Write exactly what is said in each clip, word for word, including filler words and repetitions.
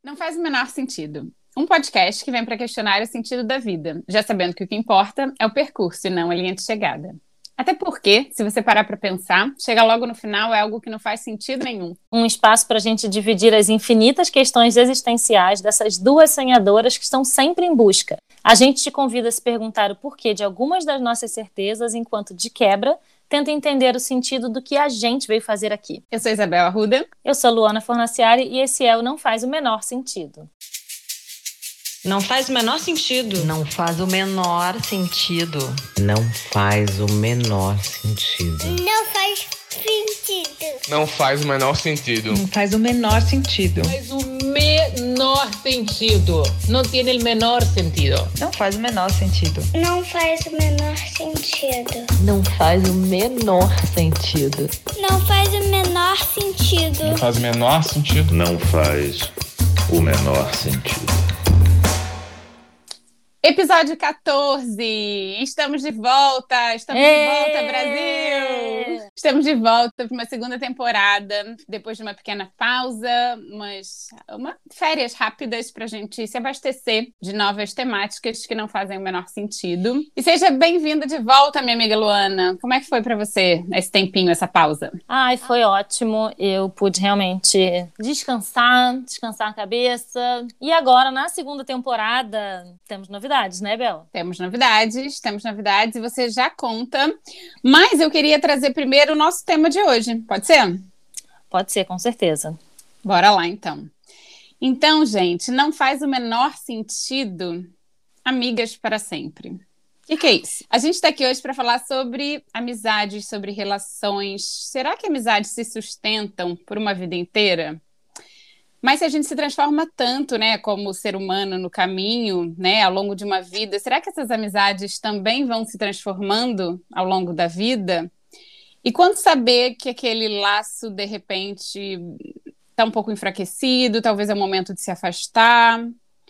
Não faz o menor sentido. Um podcast que vem para questionar o sentido da vida, já sabendo que o que importa é o percurso e não a linha de chegada. Até porque, se você parar para pensar, chegar logo no final é algo que não faz sentido nenhum. Um espaço para a gente dividir as infinitas questões existenciais dessas duas sonhadoras que estão sempre em busca. A gente te convida a se perguntar o porquê de algumas das nossas certezas, enquanto, de quebra, tenta entender o sentido do que a gente veio fazer aqui. Eu sou Isabel Arruda. Eu sou Luana Fornaciari e esse é o Não Faz o Menor Sentido. Não faz o menor sentido. Não faz o menor sentido. Não faz o menor sentido. Não faz sentido. Não faz o menor sentido. Não faz o menor sentido. Faz o menor sentido. Não tem o menor sentido. Não faz o menor sentido. Não faz o menor sentido. Não faz o menor sentido. Não faz o menor sentido. Não faz o menor sentido. Não faz o menor sentido. Episódio catorze, estamos de volta, estamos Êêê! de volta, Brasil! Estamos de volta para uma segunda temporada, depois de uma pequena pausa, umas uma, férias rápidas para a gente se abastecer de novas temáticas que não fazem o menor sentido. E seja bem-vinda de volta, minha amiga Luana. Como é que foi para você esse tempinho, essa pausa? Ai, foi ótimo. Eu pude realmente descansar, descansar a cabeça. E agora, na segunda temporada, temos novidades, né, Bel? Temos novidades, temos novidades e você já conta. Mas eu queria trazer primeiro o nosso tema de hoje. Pode ser? Pode ser, com certeza. Bora lá, então. Então, gente, não faz o menor sentido amigas para sempre. O que, que é isso? A gente está aqui hoje para falar sobre amizades, sobre relações. Será que amizades se sustentam por uma vida inteira? Mas se a gente se transforma tanto, né, como ser humano no caminho, né, ao longo de uma vida, será que essas amizades também vão se transformando ao longo da vida? E quando saber que aquele laço, de repente, está um pouco enfraquecido, talvez é o momento de se afastar?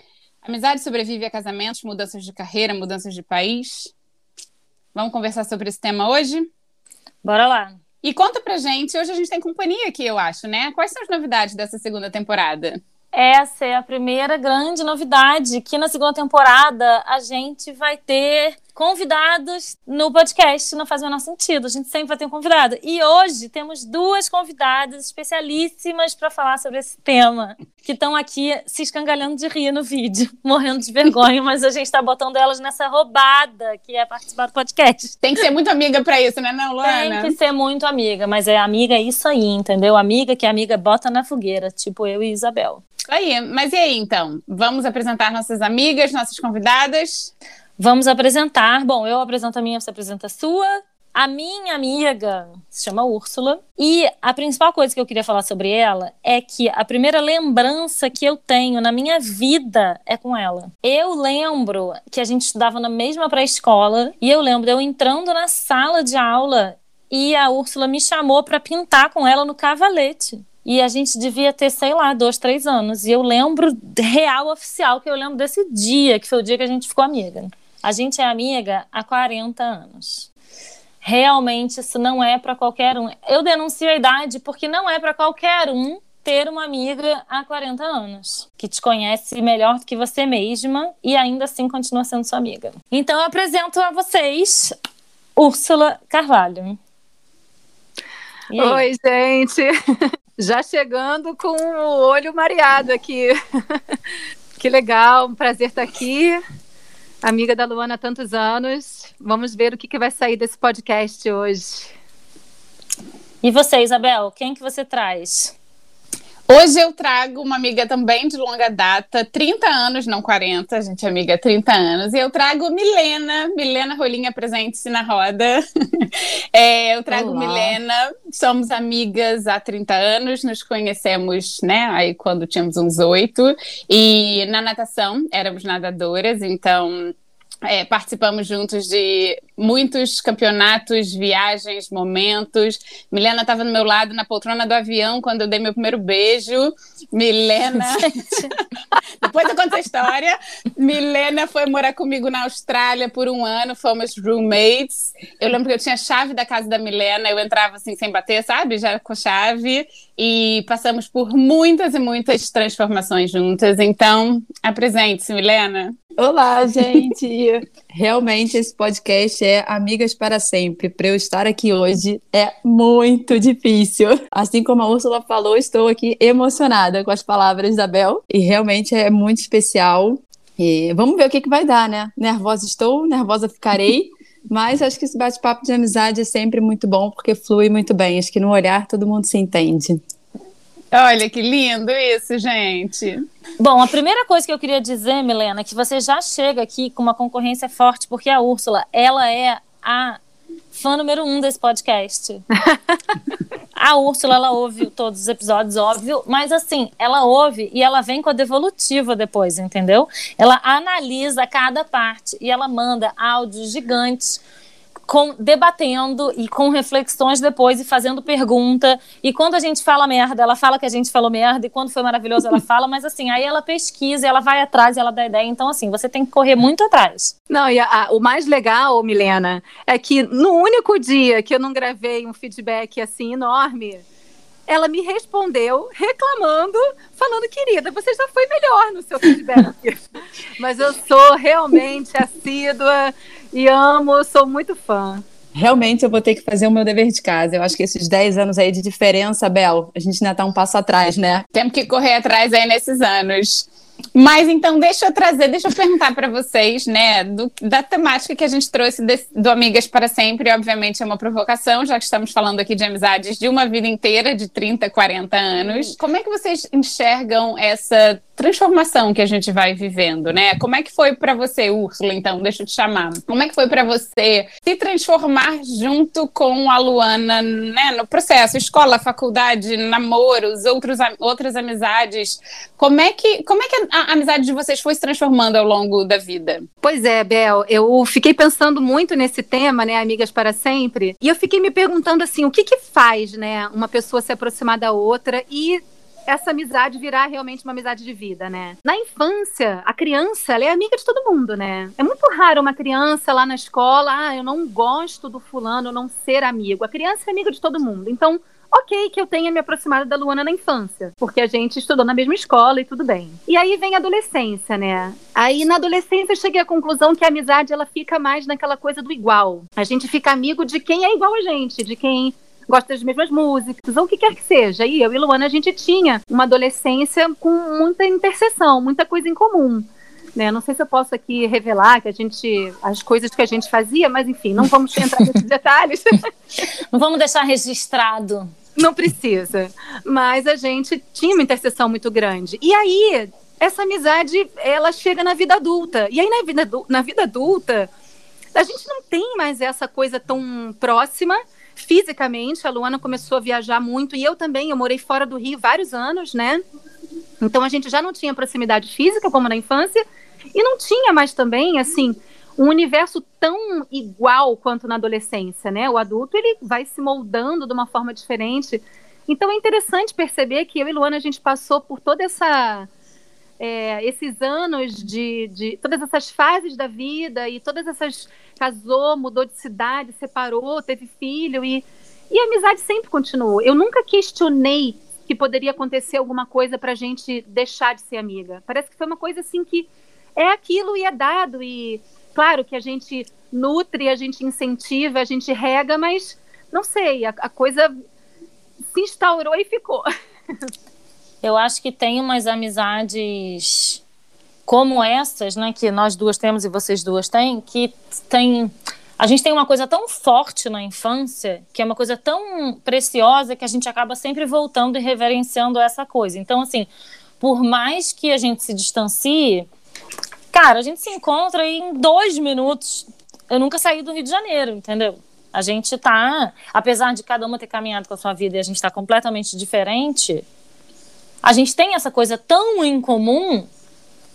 A amizade sobrevive a casamentos, mudanças de carreira, mudanças de país? Vamos conversar sobre esse tema hoje? Bora lá. E conta pra gente, hoje a gente tem companhia aqui, eu acho, né? Quais são as novidades dessa segunda temporada? Essa é a primeira grande novidade, que na segunda temporada a gente vai ter convidados no podcast. Não faz o menor sentido, a gente sempre vai ter um convidado. E hoje temos duas convidadas especialíssimas para falar sobre esse tema, que estão aqui se escangalhando de rir no vídeo, morrendo de vergonha, mas a gente está botando elas nessa roubada, que é participar do podcast. Tem que ser muito amiga para isso, né, não, Luana? Tem que ser muito amiga, mas é amiga é isso aí, entendeu? Amiga que a amiga bota na fogueira, tipo eu e Isabel. Aí, mas e aí, então? Vamos apresentar nossas amigas, nossas convidadas? Vamos apresentar. Bom, eu apresento a minha, você apresenta a sua. A minha amiga se chama Úrsula. E a principal coisa que eu queria falar sobre ela é que a primeira lembrança que eu tenho na minha vida é com ela. Eu lembro que a gente estudava na mesma pré-escola e eu lembro de eu entrando na sala de aula e a Úrsula me chamou para pintar com ela no cavalete. E a gente devia ter, sei lá, dois, três anos. E eu lembro, real, oficial, que eu lembro desse dia, que foi o dia que a gente ficou amiga. A gente é amiga há quarenta anos. Realmente, isso não é para qualquer um. Eu denuncio a idade porque não é para qualquer um ter uma amiga há quarenta anos, que te conhece melhor do que você mesma e ainda assim continua sendo sua amiga. Então, eu apresento a vocês Úrsula Carvalho. Oi, gente! Já chegando com o olho mareado aqui. Que legal, um prazer estar aqui. Amiga da Luana há tantos anos. Vamos ver o que, que vai sair desse podcast hoje. E você, Isabel, quem que você traz? Hoje eu trago uma amiga também de longa data, trinta anos, não quarenta, a gente é amiga há trinta anos, e eu trago Milena, Milena Rolinha, presente-se na roda. É, eu trago Olá. Milena, somos amigas há trinta anos, nos conhecemos, né, aí quando tínhamos uns oito, e na natação éramos nadadoras, então É, participamos juntos de muitos campeonatos, viagens, momentos. Milena estava do meu lado na poltrona do avião quando eu dei meu primeiro beijo. Milena... Depois eu conto essa história. Milena foi morar comigo na Austrália por um ano, fomos roommates. Eu lembro que eu tinha a chave da casa da Milena, eu entrava assim sem bater, sabe? Já com chave. E passamos por muitas e muitas transformações juntas. Então, apresente-se, Milena. Olá, gente! Realmente esse podcast é Amigas para Sempre. Para eu estar aqui hoje é muito difícil. Assim como a Úrsula falou, estou aqui emocionada com as palavras da Bel. E realmente é muito especial. E vamos ver o que, que vai dar, né? Nervosa estou, nervosa ficarei. Mas acho que esse bate-papo de amizade é sempre muito bom, porque flui muito bem. Acho que no olhar todo mundo se entende. Olha que lindo isso, gente. Bom, a primeira coisa que eu queria dizer, Milena, é que você já chega aqui com uma concorrência forte, porque a Úrsula, ela é a fã número um desse podcast. A Úrsula, ela ouve todos os episódios, óbvio, mas assim, ela ouve e ela vem com a devolutiva depois, entendeu? Ela analisa cada parte e ela manda áudios gigantes, Com, debatendo e com reflexões depois e fazendo pergunta, e quando a gente fala merda, ela fala que a gente falou merda, e quando foi maravilhoso ela fala, mas assim, aí ela pesquisa, ela vai atrás, ela dá ideia, então assim, você tem que correr muito atrás. Não, e a, a, o mais legal, Milena, é que no único dia que eu não gravei um feedback assim enorme, ela me respondeu reclamando, falando, querida, você já foi melhor no seu feedback. Mas eu sou realmente assídua e amo, sou muito fã. Realmente eu vou ter que fazer o meu dever de casa. Eu acho que esses dez anos aí de diferença, Bel, a gente ainda tá um passo atrás, né? Temos que correr atrás aí nesses anos. Mas então deixa eu trazer, deixa eu perguntar para vocês, né, do, da temática que a gente trouxe desse, do Amigas para Sempre. Obviamente é uma provocação, já que estamos falando aqui de amizades de uma vida inteira, de trinta, quarenta anos. Como é que vocês enxergam essa transformação que a gente vai vivendo, né? Como é que foi para você, Úrsula, então, deixa eu te chamar. Como é que foi para você se transformar junto com a Luana, né, no processo, escola, faculdade, namoros, outros, outras amizades? Como é que, como é que a amizade de vocês foi se transformando ao longo da vida? Pois é, Bel, eu fiquei pensando muito nesse tema, né, Amigas para Sempre, e eu fiquei me perguntando assim, o que que faz, né, uma pessoa se aproximar da outra e essa amizade virar realmente uma amizade de vida, né? Na infância, a criança, ela é amiga de todo mundo, né? É muito raro uma criança lá na escola, ah, eu não gosto do fulano, não ser amigo. A criança é amiga de todo mundo. Então, ok que eu tenha me aproximado da Luana na infância, porque a gente estudou na mesma escola e tudo bem. E aí vem a adolescência, né? Aí na adolescência eu cheguei à conclusão que a amizade, ela fica mais naquela coisa do igual. A gente fica amigo de quem é igual a gente, de quem gosta das mesmas músicas, ou o que quer que seja. E eu e Luana, a gente tinha uma adolescência com muita interseção, muita coisa em comum. Né? Não sei se eu posso aqui revelar que a gente, as coisas que a gente fazia, mas enfim, não vamos entrar nesses detalhes. Não vamos deixar registrado. Não precisa. Mas a gente tinha uma interseção muito grande. E aí, essa amizade, ela chega na vida adulta. E aí, na vida, na vida adulta, a gente não tem mais essa coisa tão próxima. Fisicamente, a Luana começou a viajar muito, e eu também, eu morei fora do Rio vários anos, né? Então a gente já não tinha proximidade física como na infância, e não tinha mais também, assim, um universo tão igual quanto na adolescência, né? O adulto, ele vai se moldando de uma forma diferente. Então é interessante perceber que eu e Luana, a gente passou por toda essa... É, esses anos de, de todas essas fases da vida e todas essas, casou, mudou de cidade, separou, teve filho e, e a amizade sempre continuou. Eu nunca questionei que poderia acontecer alguma coisa pra gente deixar de ser amiga. Parece que foi uma coisa assim que é aquilo e é dado, e claro que a gente nutre, a gente incentiva, a gente rega, mas não sei, a, a coisa se instaurou e ficou. Eu acho que tem umas amizades como essas, né, que nós duas temos e vocês duas têm, que tem... A gente tem uma coisa tão forte na infância, que é uma coisa tão preciosa, que a gente acaba sempre voltando e reverenciando essa coisa. Então, assim, por mais que a gente se distancie, cara, a gente se encontra e em dois minutos... Eu nunca saí do Rio de Janeiro, entendeu? A gente tá... Apesar de cada uma ter caminhado com a sua vida e a gente tá completamente diferente... A gente tem essa coisa tão em comum,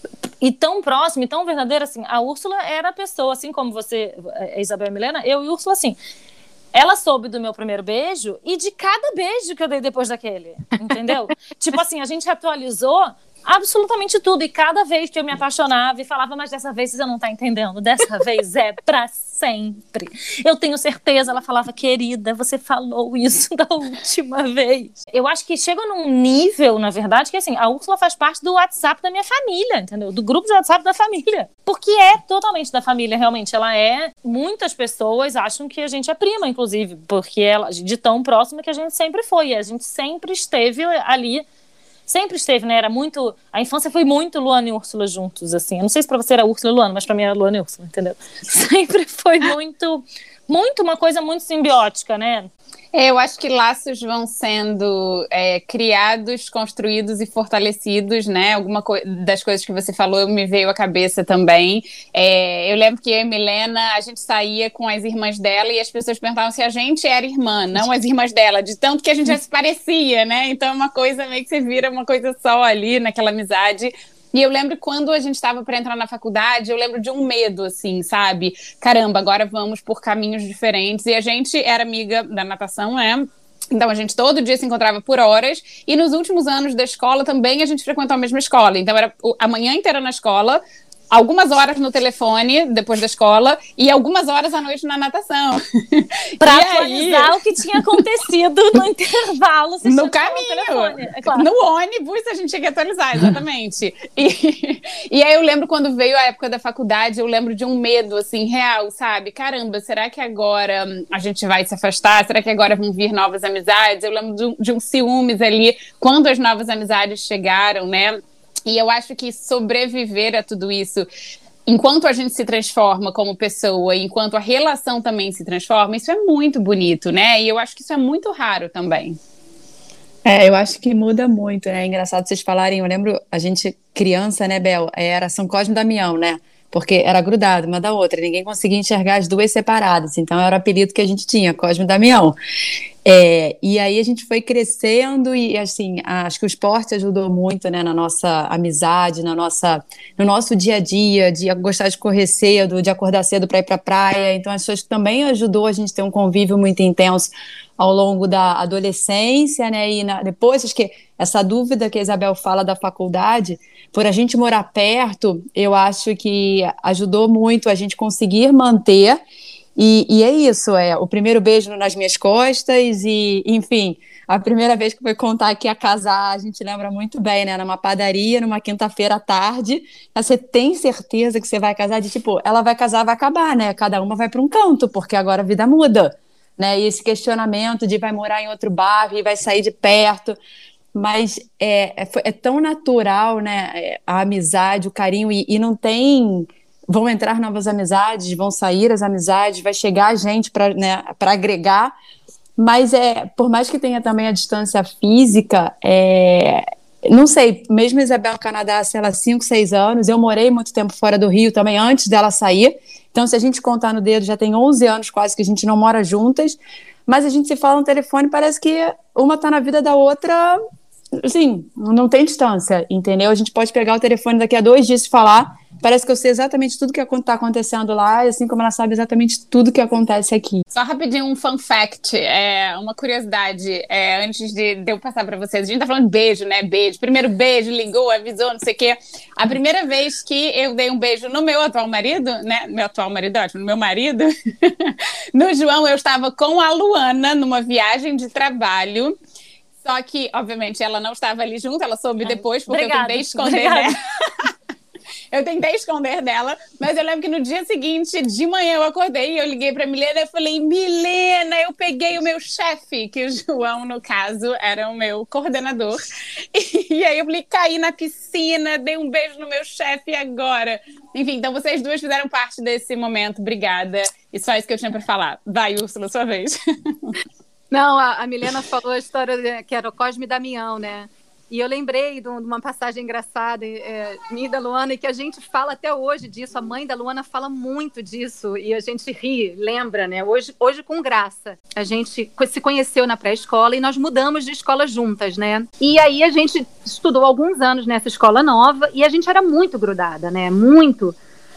e tão próxima, e tão verdadeira, assim, a Úrsula era a pessoa, assim como você, a Isabel e a Milena, eu e Úrsula, assim, ela soube do meu primeiro beijo e de cada beijo que eu dei depois daquele, entendeu? Tipo assim, a gente atualizou absolutamente tudo, e cada vez que eu me apaixonava e falava, mas dessa vez você não tá entendendo, dessa vez é pra sempre. Eu tenho certeza, ela falava, querida, você falou isso da última vez. Eu acho que chega num nível, na verdade, que assim, a Úrsula faz parte do WhatsApp da minha família, entendeu? Do grupo de WhatsApp da família. Porque é totalmente da família, realmente. Ela é, muitas pessoas acham que a gente é prima, inclusive, porque ela, de tão próxima que a gente sempre foi, e a gente sempre esteve ali. Sempre esteve, né? Era muito... A infância foi muito Luana e Úrsula juntos, assim. Eu não sei se pra você era Úrsula e Luana, mas pra mim era Luana e Úrsula, entendeu? Sempre foi muito... Muito uma coisa muito simbiótica, né? É, eu acho que laços vão sendo é, criados, construídos e fortalecidos, né? Alguma co- das coisas que você falou me veio à cabeça também. É, eu lembro que eu e a Milena, a gente saía com as irmãs dela e as pessoas perguntavam se a gente era irmã, não as irmãs dela, de tanto que a gente já se parecia, né? Então é uma coisa meio que você vira uma coisa só ali, naquela amizade. E eu lembro quando a gente estava para entrar na faculdade, eu lembro de um medo, assim, sabe? Caramba, agora vamos por caminhos diferentes. E a gente era amiga da natação, né? Então a gente todo dia se encontrava por horas. E nos últimos anos da escola também a gente frequentou a mesma escola. Então era a manhã inteira na escola, algumas horas no telefone depois da escola e algumas horas à noite na natação. Pra atualizar aí... o que tinha acontecido no intervalo. No caminho. É claro. No ônibus a gente tinha que atualizar, exatamente. E, e aí eu lembro quando veio a época da faculdade, eu lembro de um medo, assim, real, sabe? Caramba, será que agora a gente vai se afastar? Será que agora vão vir novas amizades? Eu lembro de um, de um ciúmes ali, quando as novas amizades chegaram, né? E eu acho que sobreviver a tudo isso, enquanto a gente se transforma como pessoa, enquanto a relação também se transforma, isso é muito bonito, né? E eu acho que isso é muito raro também. É, eu acho que muda muito, né? É engraçado vocês falarem, eu lembro, a gente criança, né, Bel? Era São Cosme e Damião, né? Porque era grudado uma da outra, ninguém conseguia enxergar as duas separadas, então era o apelido que a gente tinha, Cosme e Damião. É, e aí a gente foi crescendo e, assim, acho que o esporte ajudou muito, né, na nossa amizade, na nossa, no nosso dia a dia, de gostar de correr cedo, de acordar cedo para ir para a praia. Então, acho que também ajudou a gente ter um convívio muito intenso ao longo da adolescência, né, e na, depois, acho que essa dúvida que a Isabel fala da faculdade, por a gente morar perto, eu acho que ajudou muito a gente conseguir manter. E, e é isso, é o primeiro beijo nas minhas costas e, enfim, a primeira vez que foi contar que ia casar, a gente lembra muito bem, né, numa padaria, numa quinta-feira à tarde, você tem certeza que você vai casar? De tipo, ela vai casar, vai acabar, né, cada uma vai para um canto, porque agora a vida muda, né, e esse questionamento de vai morar em outro bairro e vai sair de perto, mas é, é, é tão natural, né, a amizade, o carinho, e, e não tem... Vão entrar novas amizades, vão sair as amizades, vai chegar a gente para, né, para agregar, mas é, por mais que tenha também a distância física, é, não sei, mesmo Isabel no Canadá, sei lá, cinco, seis anos, eu morei muito tempo fora do Rio também, antes dela sair, então se a gente contar no dedo, já tem onze anos quase que a gente não mora juntas, mas a gente se fala no telefone, parece que uma tá na vida da outra, assim, não tem distância, entendeu? A gente pode pegar o telefone daqui a dois dias e falar. Parece que eu sei exatamente tudo que está acontecendo lá, assim como ela sabe exatamente tudo que acontece aqui. Só rapidinho um fun fact, é, uma curiosidade, é, antes de, de eu passar para vocês. A gente tá falando de beijo, né? Beijo. Primeiro beijo, ligou, avisou, não sei o quê. A primeira vez que eu dei um beijo no meu atual marido, né? Meu atual marido, ótimo, no meu marido. No João, eu estava com a Luana numa viagem de trabalho. Só que, obviamente, ela não estava ali junto, ela soube depois, porque obrigada, eu tentei esconder dela. Eu tentei esconder dela, mas eu lembro que no dia seguinte, de manhã, eu acordei e eu liguei pra Milena e falei, Milena, eu peguei o meu chefe, que o João, no caso, era o meu coordenador. E, e aí eu falei, caí na piscina, dei um beijo no meu chefe agora. Enfim, então vocês duas fizeram parte desse momento, obrigada. E só isso que eu tinha pra falar. Vai, Úrsula, sua vez. Não, a, a Milena falou a história de, que era o Cosme e Damião, né? E eu lembrei de uma passagem engraçada, é, minha e da Luana, e que a gente fala até hoje disso. A mãe da Luana fala muito disso, e a gente ri, lembra, né? Hoje, hoje com graça. A gente se conheceu na pré-escola e nós mudamos de escola juntas, né? E aí a gente estudou alguns anos nessa escola nova e a gente era muito grudada, né? Muito.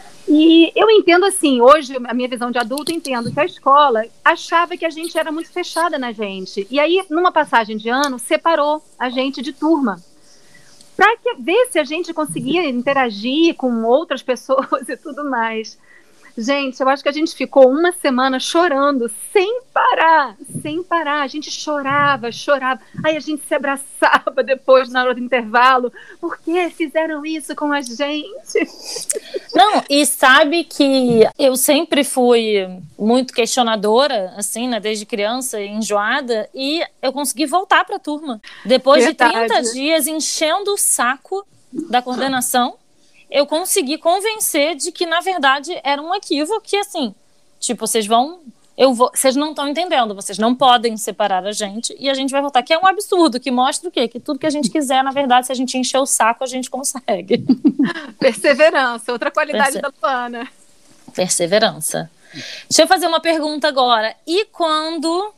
E eu entendo assim, hoje, a minha visão de adulto, entendo que a escola achava que a gente era muito fechada na gente. E aí, numa passagem de ano, separou a gente de turma. Para ver se a gente conseguia interagir com outras pessoas e tudo mais. Gente, eu acho que a gente ficou uma semana chorando, sem parar, sem parar. A gente chorava, chorava. Aí a gente se abraçava depois, na hora do intervalo. Por que fizeram isso com a gente? Não, e sabe que eu sempre fui muito questionadora, assim, né, desde criança, enjoada, e eu consegui voltar para a turma. Depois Verdade. de trinta dias enchendo o saco da coordenação, eu consegui convencer de que, na verdade, era um equívoco que, assim, tipo, vocês vão... Eu vou, vocês não estão entendendo, vocês não podem separar a gente e a gente vai voltar, que é um absurdo, que mostra o quê? Que tudo que a gente quiser, na verdade, se a gente encher o saco, a gente consegue. Perseverança, outra qualidade Perse... da Luana. Perseverança. Deixa eu fazer uma pergunta agora. E quando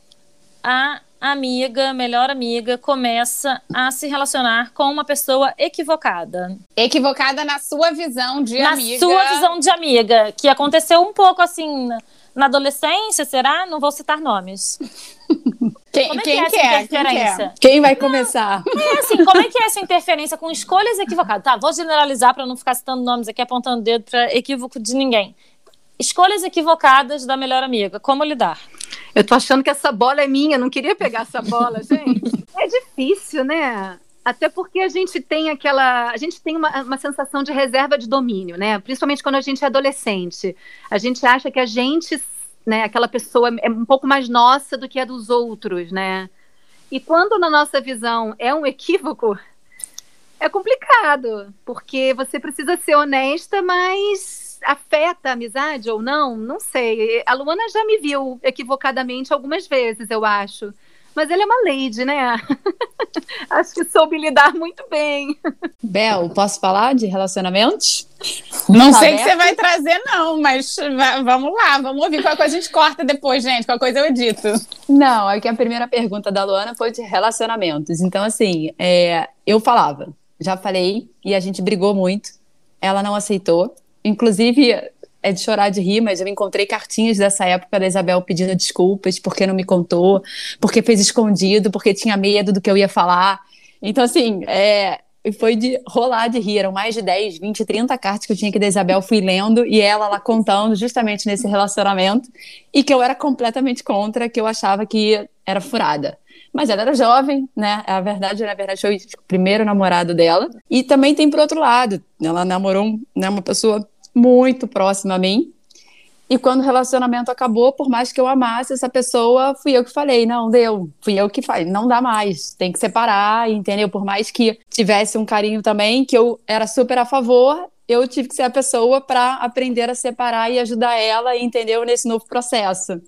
a amiga, melhor amiga, começa a se relacionar com uma pessoa equivocada? Equivocada na sua visão de na amiga. Na sua visão de amiga, que aconteceu um pouco assim na adolescência, será? Não vou citar nomes. Quem, como é quem que é essa quer? interferência? Quem, quer? Quem vai começar? Não, é assim, como é que é essa interferência com escolhas equivocadas? Tá, vou generalizar para não ficar citando nomes aqui, apontando o dedo para equívoco de ninguém. Escolhas equivocadas da melhor amiga, como lidar? Eu tô achando que essa bola é minha, não queria pegar essa bola, gente. É difícil, né? Até porque a gente tem aquela... A gente tem uma, uma sensação de reserva de domínio, né? Principalmente quando a gente é adolescente. A gente acha que a gente, né, aquela pessoa é um pouco mais nossa do que a dos outros, né? E quando na nossa visão é um equívoco, é complicado. Porque você precisa ser honesta, mas... afeta a amizade ou não? Não sei. A Luana já me viu equivocadamente algumas vezes, eu acho. Mas ela é uma lady, né? Acho que soube lidar muito bem. Bel, posso falar de relacionamentos? Não tá sei o que você vai trazer, não, mas vamos lá, vamos ouvir. Qualquer coisa a gente corta depois, gente. Qualquer coisa eu edito. Não, é que a primeira pergunta da Luana foi de relacionamentos. Então, assim, é, eu falava, já falei, e a gente brigou muito. Ela não aceitou. Inclusive, é de chorar de rir, mas eu encontrei cartinhas dessa época da Isabel pedindo desculpas porque não me contou, porque fez escondido, porque tinha medo do que eu ia falar. Então, assim, é, foi de rolar de rir. Eram mais de dez, vinte, trinta cartas que eu tinha aqui da Isabel, fui lendo, e ela lá contando justamente nesse relacionamento, e que eu era completamente contra, que eu achava que era furada. Mas ela era jovem, né? A verdade, na verdade, foi o primeiro namorado dela. E também tem por outro lado, ela namorou, né, uma pessoa muito próxima a mim. E quando o relacionamento acabou, por mais que eu amasse essa pessoa, fui eu que falei, não, deu. Fui eu que falei, não dá mais, tem que separar, entendeu? Por mais que tivesse um carinho também, que eu era super a favor, eu tive que ser a pessoa para aprender a separar e ajudar ela, entendeu? Nesse novo processo.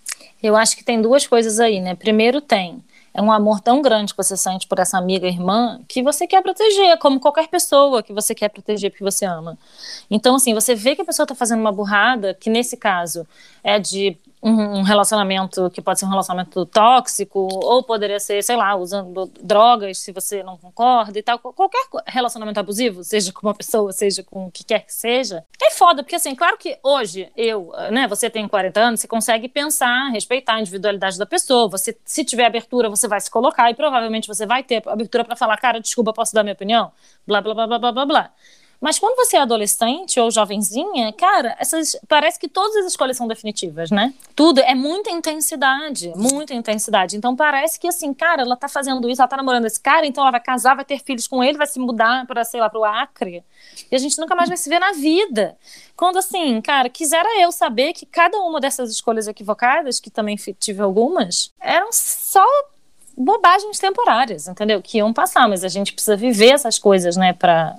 Eu acho que tem duas coisas aí, né? Primeiro tem... É um amor tão grande que você sente por essa amiga, irmã, que você quer proteger, como qualquer pessoa que você quer proteger porque você ama. Então, assim, você vê que a pessoa está fazendo uma burrada, que nesse caso é de um relacionamento que pode ser um relacionamento tóxico, ou poderia ser, sei lá, usando drogas, se você não concorda e tal. Qualquer relacionamento abusivo, seja com uma pessoa, seja com o que quer que seja, é foda, porque assim, claro que hoje, eu, né, você tem quarenta anos, você consegue pensar, respeitar a individualidade da pessoa, você, se tiver abertura, você vai se colocar e provavelmente você vai ter abertura pra falar, cara, desculpa, posso dar minha opinião? Blá, blá, blá, blá, blá, blá, blá. Mas quando você é adolescente ou jovenzinha, cara, essas, parece que todas as escolhas são definitivas, né? Tudo é muita intensidade, muita intensidade. Então parece que assim, cara, ela tá fazendo isso, ela tá namorando esse cara, então ela vai casar, vai ter filhos com ele, vai se mudar para, sei lá, pro Acre. E a gente nunca mais vai se ver na vida. Quando assim, cara, quisera eu saber que cada uma dessas escolhas equivocadas, que também tive algumas, eram só bobagens temporárias, entendeu? Que iam passar, mas a gente precisa viver essas coisas, né, pra...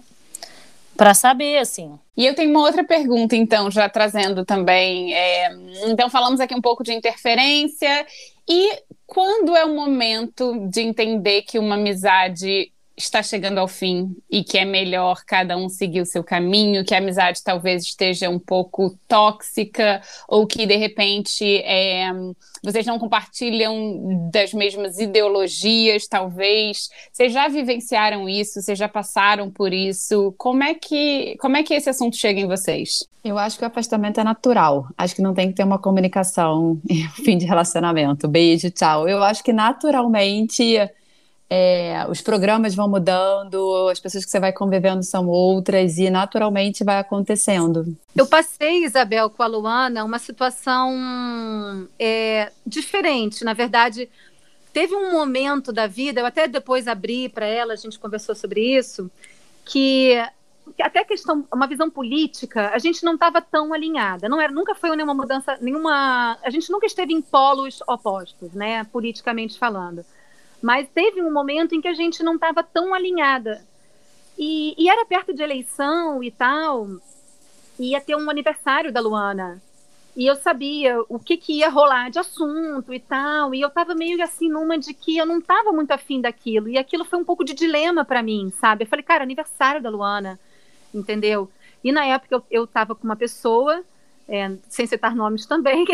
Para saber, assim. E eu tenho uma outra pergunta, então, já trazendo também. É, então, falamos aqui um pouco de interferência. E quando é o momento de entender que uma amizade está chegando ao fim e que é melhor cada um seguir o seu caminho, que a amizade talvez esteja um pouco tóxica ou que, de repente, é, vocês não compartilham das mesmas ideologias, talvez. Vocês já vivenciaram isso? Vocês já passaram por isso? Como é que, como é que esse assunto chega em vocês? Eu acho que o afastamento é natural. Acho que não tem que ter uma comunicação em fim de relacionamento. Beijo, tchau. Eu acho que naturalmente... É, os programas vão mudando, as pessoas que você vai convivendo são outras e naturalmente vai acontecendo. Eu passei, Isabel, com a Luana, uma situação é, diferente. Na verdade, teve um momento da vida, eu até depois abri para ela, a gente conversou sobre isso, que até a questão, uma visão política, a gente não estava tão alinhada. Não era, nunca foi nenhuma mudança, nenhuma. A gente nunca esteve em polos opostos, né, politicamente falando. Mas teve um momento em que a gente não estava tão alinhada. E, e era perto de eleição e tal, e ia ter um aniversário da Luana. E eu sabia o que, que ia rolar de assunto e tal, e eu estava meio assim numa de que eu não estava muito afim daquilo. E aquilo foi um pouco de dilema para mim, sabe? Eu falei, cara, aniversário da Luana, entendeu? E na época eu estava com uma pessoa, é, sem citar nomes também,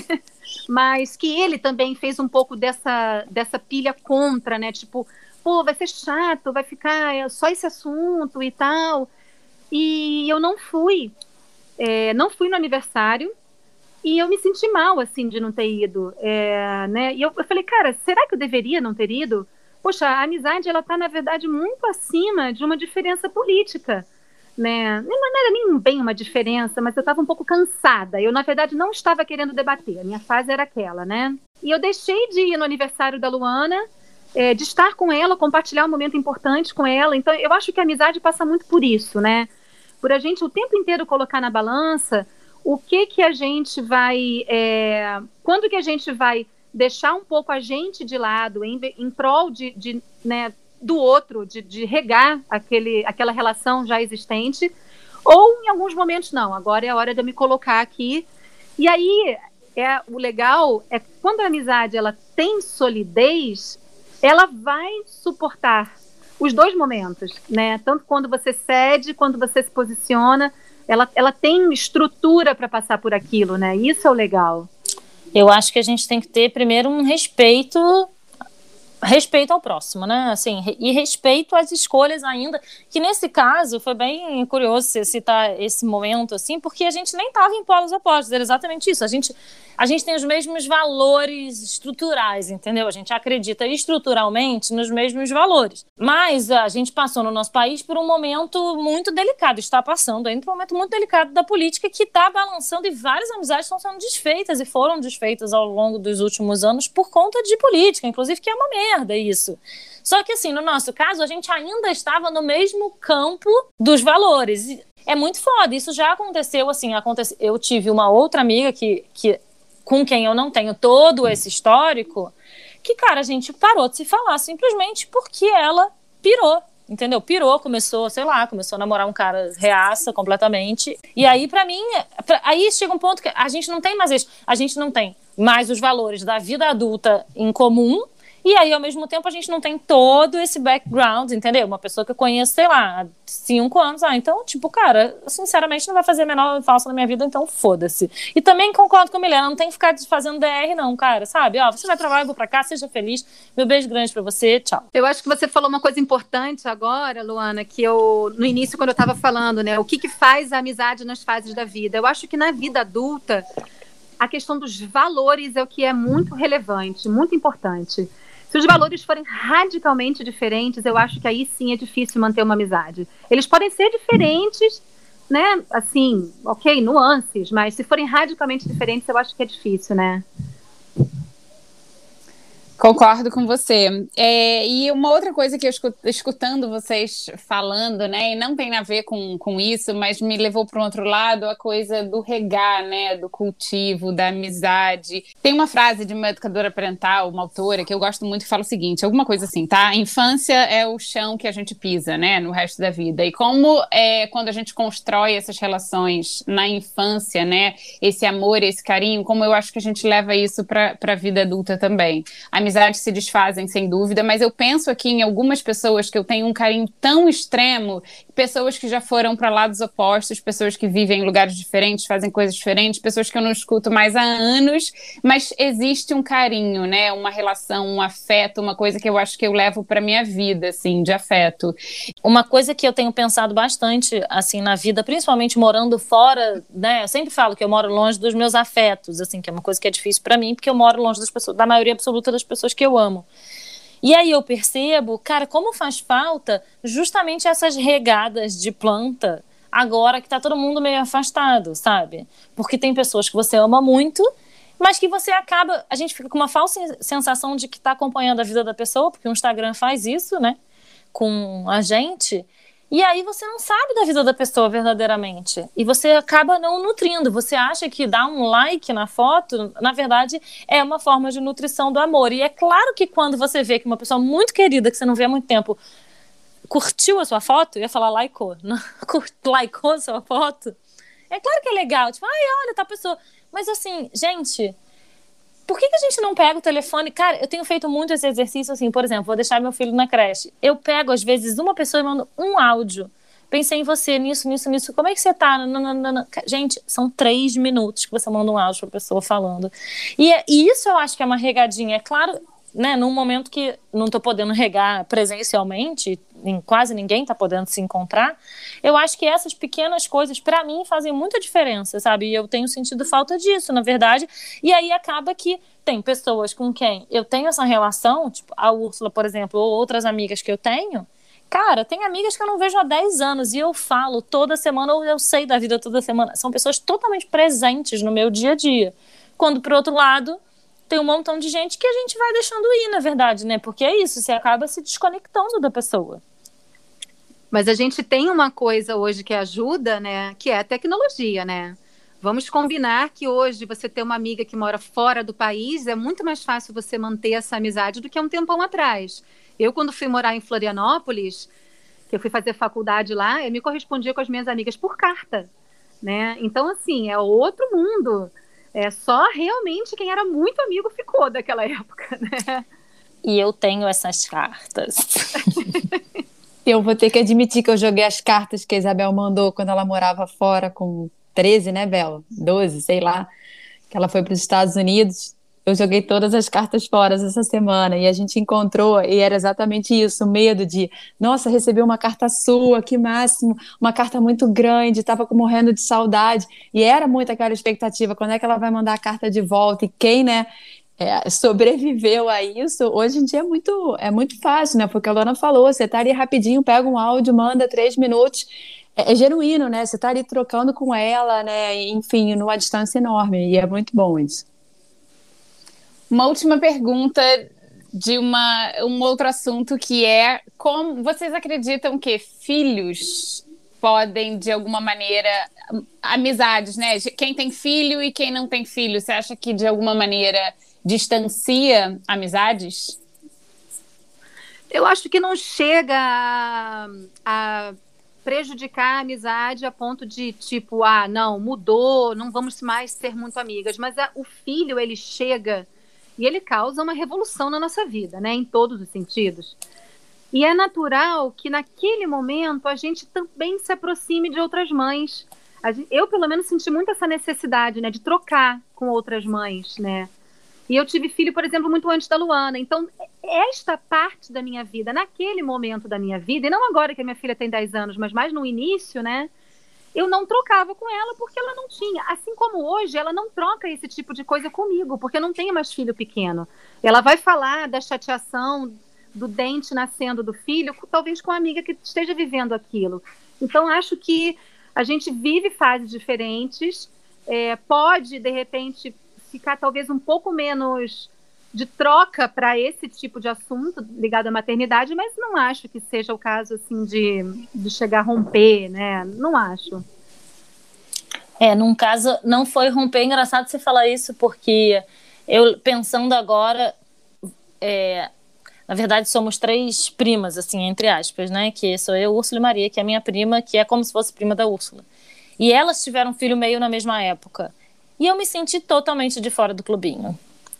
mas que ele também fez um pouco dessa, dessa pilha contra, né? Tipo, pô, vai ser chato, vai ficar só esse assunto e tal. E eu não fui. É, não fui no aniversário e eu me senti mal, assim, de não ter ido. É, né? E eu, eu falei, cara, será que eu deveria não ter ido? Poxa, a amizade, ela tá, na verdade, muito acima de uma diferença política. Né? Não era nem bem uma diferença, mas eu estava um pouco cansada. Eu, na verdade, não estava querendo debater. A minha fase era aquela, né? E eu deixei de ir no aniversário da Luana, é, de estar com ela, compartilhar um momento importante com ela. Então, eu acho que a amizade passa muito por isso, né? Por a gente o tempo inteiro colocar na balança o que que a gente vai... É, quando que a gente vai deixar um pouco a gente de lado em, em prol de... de né, do outro, de, de regar aquele, aquela relação já existente, ou em alguns momentos não, agora é a hora de eu me colocar aqui. E aí, é, o legal é que quando a amizade ela tem solidez, ela vai suportar os dois momentos, né? Tanto quando você cede, quando você se posiciona, ela, ela tem estrutura para passar por aquilo, né? Isso é o legal. Eu acho que a gente tem que ter primeiro um respeito... respeito ao próximo, né, assim, e respeito às escolhas ainda, que nesse caso foi bem curioso você citar esse momento, assim, porque a gente nem estava em polos opostos, era exatamente isso, a gente, a gente tem os mesmos valores estruturais, entendeu, a gente acredita estruturalmente nos mesmos valores, mas a gente passou no nosso país por um momento muito delicado, está passando ainda por um momento muito delicado da política que está balançando e várias amizades estão sendo desfeitas e foram desfeitas ao longo dos últimos anos por conta de política, inclusive que é uma merda. Merda isso. Só que assim, no nosso caso, a gente ainda estava no mesmo campo dos valores. É muito foda, isso já aconteceu, assim, aconteceu. Eu tive uma outra amiga que, que, com quem eu não tenho todo esse histórico, que, cara, a gente parou de se falar simplesmente porque ela pirou, entendeu? Pirou, começou, sei lá, começou a namorar um cara reaça completamente. E aí, pra mim, pra, aí chega um ponto que a gente não tem mais isso, a gente não tem mais os valores da vida adulta em comum. E aí, ao mesmo tempo, a gente não tem todo esse background, entendeu? Uma pessoa que eu conheço, sei lá, há cinco anos. Ah, então, tipo, cara, sinceramente, não vai fazer a menor falsa na minha vida, então foda-se. E também concordo com a Milena, não tem que ficar fazendo D R, não, cara, sabe? Ó, você vai trabalhar, eu vou pra cá, seja feliz. Meu beijo grande pra você, tchau. Eu acho que você falou uma coisa importante agora, Luana, que eu, no início, quando eu tava falando, né, o que que faz a amizade nas fases da vida? Eu acho que na vida adulta, a questão dos valores é o que é muito relevante, muito importante. Se os valores forem radicalmente diferentes, eu acho que aí sim é difícil manter uma amizade. Eles podem ser diferentes, né? Assim, ok, nuances, mas se forem radicalmente diferentes, eu acho que é difícil, né? Concordo com você. É, e uma outra coisa que eu escuto, escutando vocês falando, né, e não tem a ver com, com isso, mas me levou para um outro lado, a coisa do regar, né, do cultivo, da amizade. Tem uma frase de uma educadora parental, uma autora, que eu gosto muito, que fala o seguinte, alguma coisa assim, tá? A infância é o chão que a gente pisa, né, no resto da vida. E como é, quando a gente constrói essas relações na infância, né, esse amor, esse carinho, como eu acho que a gente leva isso para a vida adulta também. A amizades se desfazem, sem dúvida, mas eu penso aqui em algumas pessoas que eu tenho um carinho tão extremo, pessoas que já foram para lados opostos, pessoas que vivem em lugares diferentes, fazem coisas diferentes, pessoas que eu não escuto mais há anos, mas existe um carinho, né? Uma relação, um afeto, uma coisa que eu acho que eu levo para minha vida, assim, de afeto. Uma coisa que eu tenho pensado bastante, assim, na vida, principalmente morando fora, né? Eu sempre falo que eu moro longe dos meus afetos, assim, que é uma coisa que é difícil para mim, porque eu moro longe das pessoas, da maioria absoluta das pessoas que eu amo. E aí eu percebo, cara, como faz falta justamente essas regadas de planta agora que tá todo mundo meio afastado, sabe? Porque tem pessoas que você ama muito, mas que você acaba, a gente fica com uma falsa sensação de que tá acompanhando a vida da pessoa, porque o Instagram faz isso, né, com a gente. E aí você não sabe da vida da pessoa verdadeiramente. E você acaba não nutrindo. Você acha que dar um like na foto, na verdade, é uma forma de nutrição do amor. E é claro que quando você vê que uma pessoa muito querida, que você não vê há muito tempo, curtiu a sua foto, eu ia falar likeou, não, likeou a sua foto, é claro que é legal. Tipo, ai, olha, tá a pessoa. Mas assim, gente, por que que a gente não pega o telefone? Cara, eu tenho feito muito esse exercício, assim, por exemplo, vou deixar meu filho na creche. Eu pego, às vezes, uma pessoa e mando um áudio. Pensei em você, nisso, nisso, nisso. Como é que você tá? Não, não, não, não. Gente, são três minutos que você manda um áudio pra pessoa falando. E, e isso eu acho que é uma regadinha. É claro, né, num momento que não tô podendo regar presencialmente, nem, quase ninguém tá podendo se encontrar, eu acho que essas pequenas coisas, pra mim, fazem muita diferença, sabe? E eu tenho sentido falta disso, na verdade. E aí acaba que tem pessoas com quem eu tenho essa relação, tipo a Úrsula, por exemplo, ou outras amigas que eu tenho. Cara, tem amigas que eu não vejo há dez anos e eu falo toda semana, ou eu sei da vida toda semana. São pessoas totalmente presentes no meu dia a dia. Quando, por outro lado, tem um montão de gente que a gente vai deixando ir, na verdade, né? Porque é isso, você acaba se desconectando da pessoa. Mas a gente tem uma coisa hoje que ajuda, né? Que é a tecnologia, né? Vamos combinar que hoje você ter uma amiga que mora fora do país é muito mais fácil você manter essa amizade do que há um tempão atrás. Eu, quando fui morar em Florianópolis, que eu fui fazer faculdade lá, eu me correspondia com as minhas amigas por carta, né? Então, assim, é outro mundo. É só realmente quem era muito amigo ficou daquela época, né? E eu tenho essas cartas. Eu vou ter que admitir que eu joguei as cartas que a Isabel mandou quando ela morava fora com treze, né, Bela? doze, sei lá. Que ela foi para os Estados Unidos. Eu joguei todas as cartas fora essa semana e a gente encontrou e era exatamente isso, o medo de, nossa, recebi uma carta sua, que máximo, uma carta muito grande, estava morrendo de saudade. E era muito aquela expectativa, quando é que ela vai mandar a carta de volta? E quem, né, é, sobreviveu a isso, hoje em dia é muito, é muito fácil, né? Porque a Luana falou, você tá ali rapidinho, pega um áudio, manda três minutos, é, é genuíno, né? Você tá ali trocando com ela, né? Enfim, numa distância enorme, e é muito bom isso. Uma última pergunta de uma, um outro assunto que é, como vocês acreditam que filhos podem, de alguma maneira, amizades, né? Quem tem filho e quem não tem filho, você acha que, de alguma maneira, distancia amizades? Eu acho que não chega a, a prejudicar a amizade a ponto de, tipo, ah, não, mudou, não vamos mais ser muito amigas. Mas a, o filho, ele chega e ele causa uma revolução na nossa vida, né? Em todos os sentidos. E é natural que, naquele momento, a gente também se aproxime de outras mães. Eu, pelo menos, senti muito essa necessidade, né? De trocar com outras mães, né? E eu tive filho, por exemplo, muito antes da Luana. Então, esta parte da minha vida, naquele momento da minha vida, e não agora que a minha filha tem dez anos, mas mais no início, né? Eu não trocava com ela porque ela não tinha. Assim como hoje, ela não troca esse tipo de coisa comigo, porque eu não tenho mais filho pequeno. Ela vai falar da chateação do dente nascendo do filho, talvez com a amiga que esteja vivendo aquilo. Então, acho que a gente vive fases diferentes, é, pode, de repente, ficar talvez um pouco menos de troca para esse tipo de assunto ligado à maternidade, mas não acho que seja o caso assim de, de chegar a romper, né? Não acho. É, num caso, não foi romper. É engraçado você falar isso, porque eu, pensando agora, é, na verdade, somos três primas, assim, entre aspas, né? Que sou eu, Úrsula e Maria, que é a minha prima, que é como se fosse prima da Úrsula. E elas tiveram um filho meio na mesma época. E eu me senti totalmente de fora do clubinho.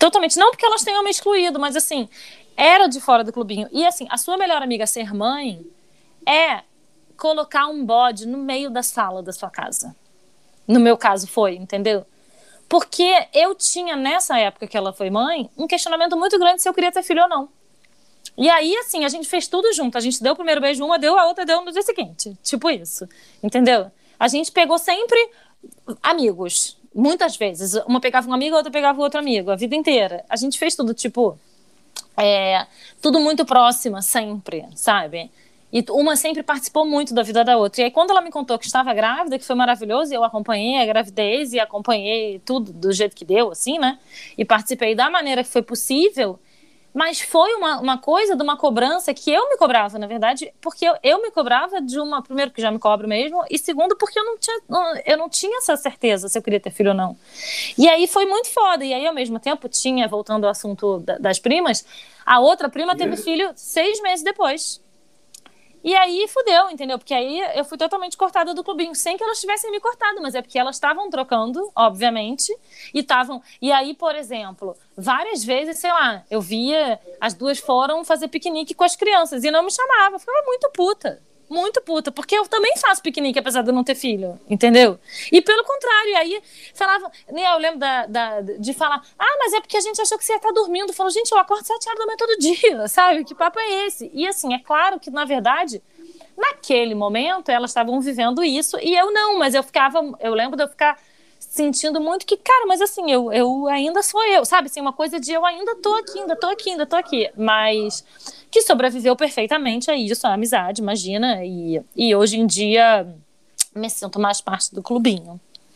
Totalmente. Não porque elas tenham me excluído, mas assim, era de fora do clubinho. E assim, a sua melhor amiga ser mãe é colocar um bode no meio da sala da sua casa. No meu caso foi, entendeu? Porque eu tinha, nessa época que ela foi mãe, um questionamento muito grande se eu queria ter filho ou não. E aí, assim, a gente fez tudo junto. A gente deu o primeiro beijo uma, deu a outra, deu no dia seguinte. Tipo isso, entendeu? A gente pegou sempre amigos. Muitas vezes. Uma pegava um amigo, a outra pegava o outro amigo. A vida inteira. A gente fez tudo, tipo... É, tudo muito próxima, sempre, sabe? E uma sempre participou muito da vida da outra. E aí, quando ela me contou que estava grávida, que foi maravilhoso, e eu acompanhei a gravidez e acompanhei tudo do jeito que deu, assim, né? E participei da maneira que foi possível... Mas foi uma, uma coisa de uma cobrança que eu me cobrava, na verdade, porque eu, eu me cobrava de uma... Primeiro, que já me cobro mesmo, e segundo, porque eu não, tinha, eu não tinha essa certeza se eu queria ter filho ou não. E aí foi muito foda. E aí, ao mesmo tempo, tinha, voltando ao assunto da, das primas, a outra prima teve filho seis meses depois. E aí fudeu, entendeu? Porque aí eu fui totalmente cortada do clubinho, sem que elas tivessem me cortado, mas é porque elas estavam trocando, obviamente, e estavam... E aí, por exemplo, várias vezes, sei lá, eu via, as duas foram fazer piquenique com as crianças, e não me chamava, eu ficava muito puta, muito puta, porque eu também faço piquenique, apesar de eu não ter filho, entendeu? E pelo contrário, aí falavam, eu lembro da, da, de falar, ah, mas é porque a gente achou que você ia estar dormindo. Eu falo, gente, eu acordo sete horas da manhã todo dia, sabe? Que papo é esse? E assim, é claro que, na verdade, naquele momento, elas estavam vivendo isso, e eu não, mas eu ficava, eu lembro de eu ficar sentindo muito que, cara, mas assim, eu, eu ainda sou eu, sabe? Assim, uma coisa de eu ainda tô aqui, ainda tô aqui, ainda tô aqui, mas que sobreviveu perfeitamente a isso, a amizade, imagina, e, e hoje em dia me sinto mais parte do clubinho.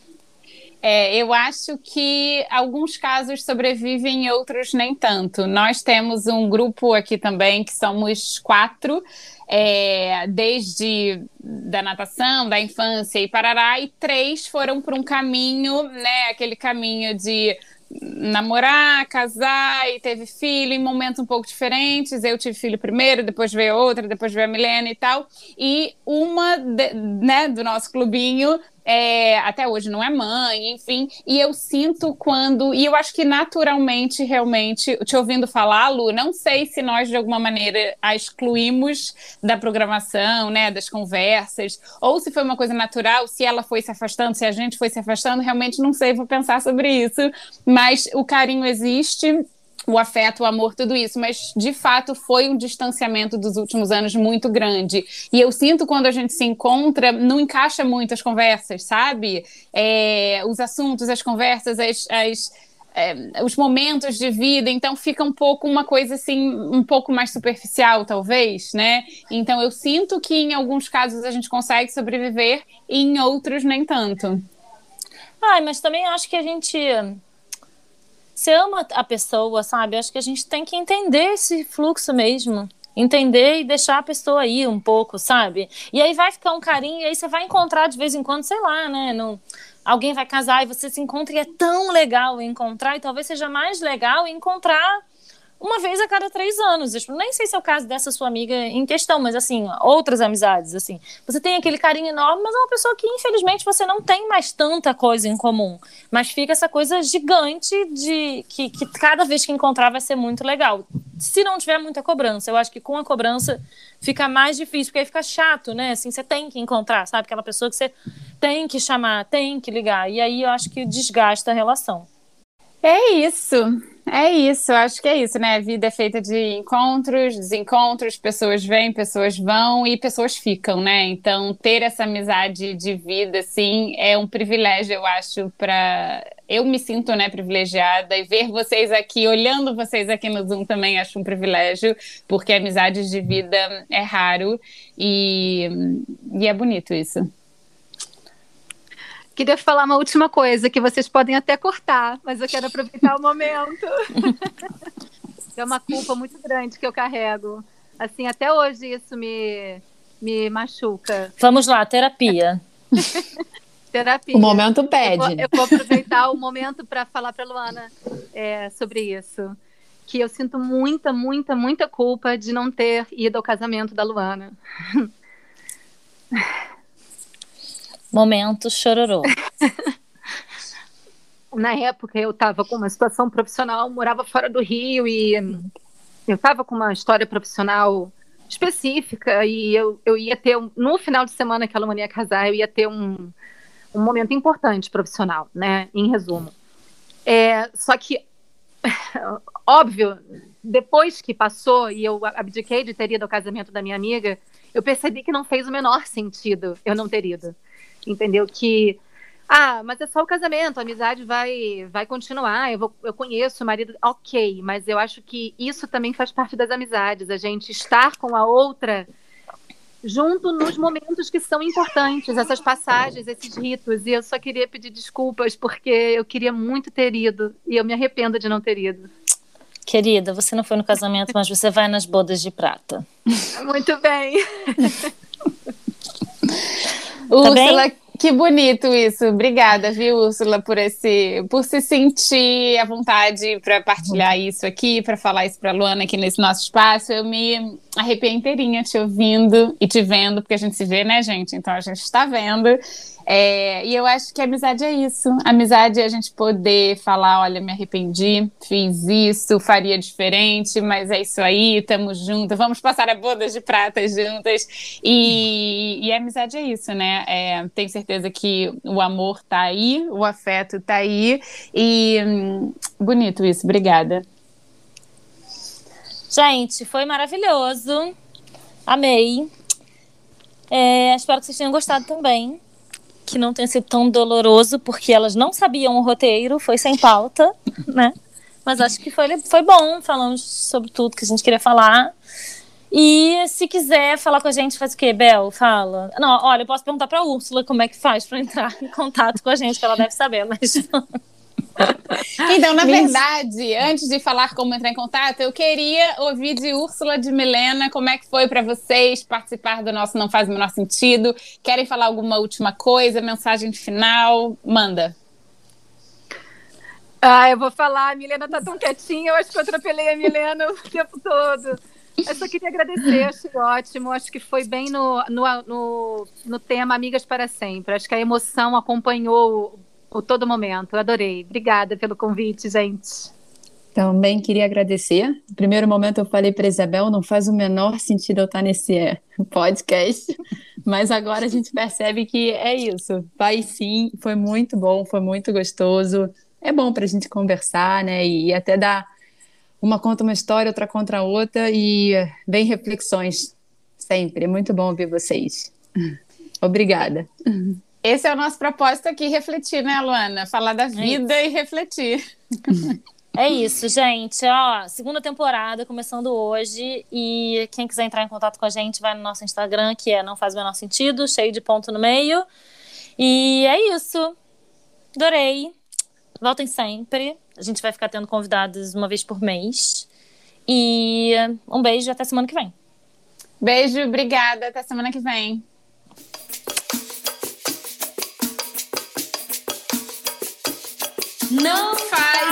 É, eu acho que alguns casos sobrevivem e outros nem tanto. Nós temos um grupo aqui também, que somos quatro, é, desde da natação, da infância e parará, e três foram por um caminho, né, aquele caminho de namorar, casar e teve filho em momentos um pouco diferentes. Eu tive filho primeiro, depois veio outra, depois veio a Milena e tal. E uma, de, né, do nosso clubinho, é, até hoje não é mãe, enfim. E eu sinto quando... E eu acho que naturalmente, realmente, te ouvindo falar, Lu, não sei se nós, de alguma maneira, a excluímos da programação, né, das conversas, ou se foi uma coisa natural, se ela foi se afastando, se a gente foi se afastando, realmente não sei, vou pensar sobre isso. Mas o carinho existe, o afeto, o amor, tudo isso, mas de fato foi um distanciamento dos últimos anos muito grande, e eu sinto quando a gente se encontra, não encaixa muito as conversas, sabe? É, os assuntos, as conversas, as, as, é, os momentos de vida, então fica um pouco uma coisa assim, um pouco mais superficial talvez, né? Então eu sinto que em alguns casos a gente consegue sobreviver e em outros nem tanto. Ai, mas também acho que a gente... Você ama a pessoa, sabe? Acho que a gente tem que entender esse fluxo mesmo. Entender e deixar a pessoa ir um pouco, sabe? E aí vai ficar um carinho, e aí você vai encontrar de vez em quando, sei lá, né? No... Alguém vai casar e você se encontra e é tão legal encontrar, e talvez seja mais legal encontrar uma vez a cada três anos. Eu nem sei se é o caso dessa sua amiga em questão, mas assim, outras amizades, assim. Você tem aquele carinho enorme, mas é uma pessoa que, infelizmente, você não tem mais tanta coisa em comum. Mas fica essa coisa gigante de que, que cada vez que encontrar vai ser muito legal. Se não tiver muita cobrança. Eu acho que com a cobrança fica mais difícil, porque aí fica chato, né? Assim, você tem que encontrar, sabe? Aquela pessoa que você tem que chamar, tem que ligar. E aí eu acho que desgasta a relação. É isso, é isso, acho que é isso, né? A vida é feita de encontros, desencontros, pessoas vêm, pessoas vão e pessoas ficam, né? Então, ter essa amizade de vida, assim, é um privilégio, eu acho, para... Eu me sinto, né, privilegiada, e ver vocês aqui, olhando vocês aqui no Zoom também acho um privilégio, porque amizade de vida é raro e, e é bonito isso. Queria falar uma última coisa, que vocês podem até cortar, mas eu quero aproveitar o momento. É uma culpa muito grande que eu carrego. Assim, até hoje isso me, me machuca. Vamos lá, terapia. Terapia. O momento pede. Eu vou, eu vou aproveitar o momento para falar para a Luana é, sobre isso. Que eu sinto muita, muita, muita culpa de não ter ido ao casamento da Luana. Momento chororô. na época eu estava com uma situação profissional, morava fora do Rio e eu estava com uma história profissional específica e eu, eu ia ter, um, no final de semana que a Luana ia casar, eu ia ter um, um momento importante profissional, né, em resumo. É, só que, óbvio, depois que passou e eu abdiquei de ter ido ao casamento da minha amiga, eu percebi que não fez o menor sentido eu não ter ido, entendeu? Que, ah, mas é só o casamento, a amizade vai, vai continuar, eu, vou, eu conheço o marido, ok, mas eu acho que isso também faz parte das amizades, a gente estar com a outra junto nos momentos que são importantes, essas passagens, esses ritos, e eu só queria pedir desculpas porque eu queria muito ter ido, e eu me arrependo de não ter ido. Querida, você não foi no casamento, mas você vai nas bodas de prata. Muito bem. Úrsula, que bonito isso. Obrigada, viu, Úrsula, por esse, por se sentir à vontade para partilhar isso aqui, para falar isso para a Luana aqui nesse nosso espaço. Eu me arrepiei inteirinha te ouvindo e te vendo, porque a gente se vê, né, gente? Então a gente está vendo. É, e eu acho que a amizade é isso. A amizade é a gente poder falar, olha, me arrependi, fiz isso, faria diferente, mas é isso aí, estamos juntas, vamos passar a bodas de prata juntas. E, e a amizade é isso, né? É, tenho certeza que o amor tá aí, o afeto tá aí. E hum, bonito isso, obrigada. Gente, foi maravilhoso. Amei. É, espero que vocês tenham gostado também. Que não tenha sido tão doloroso, porque elas não sabiam o roteiro, foi sem pauta, né? Mas acho que foi, foi bom, falamos sobre tudo que a gente queria falar. E se quiser falar com a gente, faz o quê, Bel? Fala. Não, olha, eu posso perguntar pra Úrsula como é que faz pra entrar em contato com a gente, que ela deve saber, mas... Então, na verdade, antes de falar como entrar em contato, eu queria ouvir de Úrsula, de Milena, como é que foi para vocês participar do nosso Não Faz o Menor Sentido. Querem falar alguma última coisa, mensagem final? Manda. Ah, eu vou falar, a Milena tá tão quietinha, eu acho que eu atropelei a Milena o tempo todo. Eu só queria agradecer, achei ótimo, acho que foi bem no, no, no, no tema Amigas para Sempre. Acho que a emoção acompanhou por todo momento, eu adorei. Obrigada pelo convite, gente. Também queria agradecer. No primeiro momento eu falei para Isabel, não faz o menor sentido eu estar nesse é, podcast, mas agora a gente percebe que é isso. Vai sim, foi muito bom, foi muito gostoso. É bom para a gente conversar, né, e até dar uma conta uma história, outra contra a outra, e vem reflexões sempre. É muito bom ouvir vocês. Obrigada. Esse é o nosso propósito aqui, refletir, né, Luana? Falar da vida é e refletir. É isso, gente. Ó, segunda temporada começando hoje. E quem quiser entrar em contato com a gente, vai no nosso Instagram, que é Não Faz o Menor Sentido, cheio de ponto no meio. E é isso. Adorei. Voltem sempre. A gente vai ficar tendo convidados uma vez por mês. E um beijo e até semana que vem. Beijo, obrigada. Até semana que vem. Não faz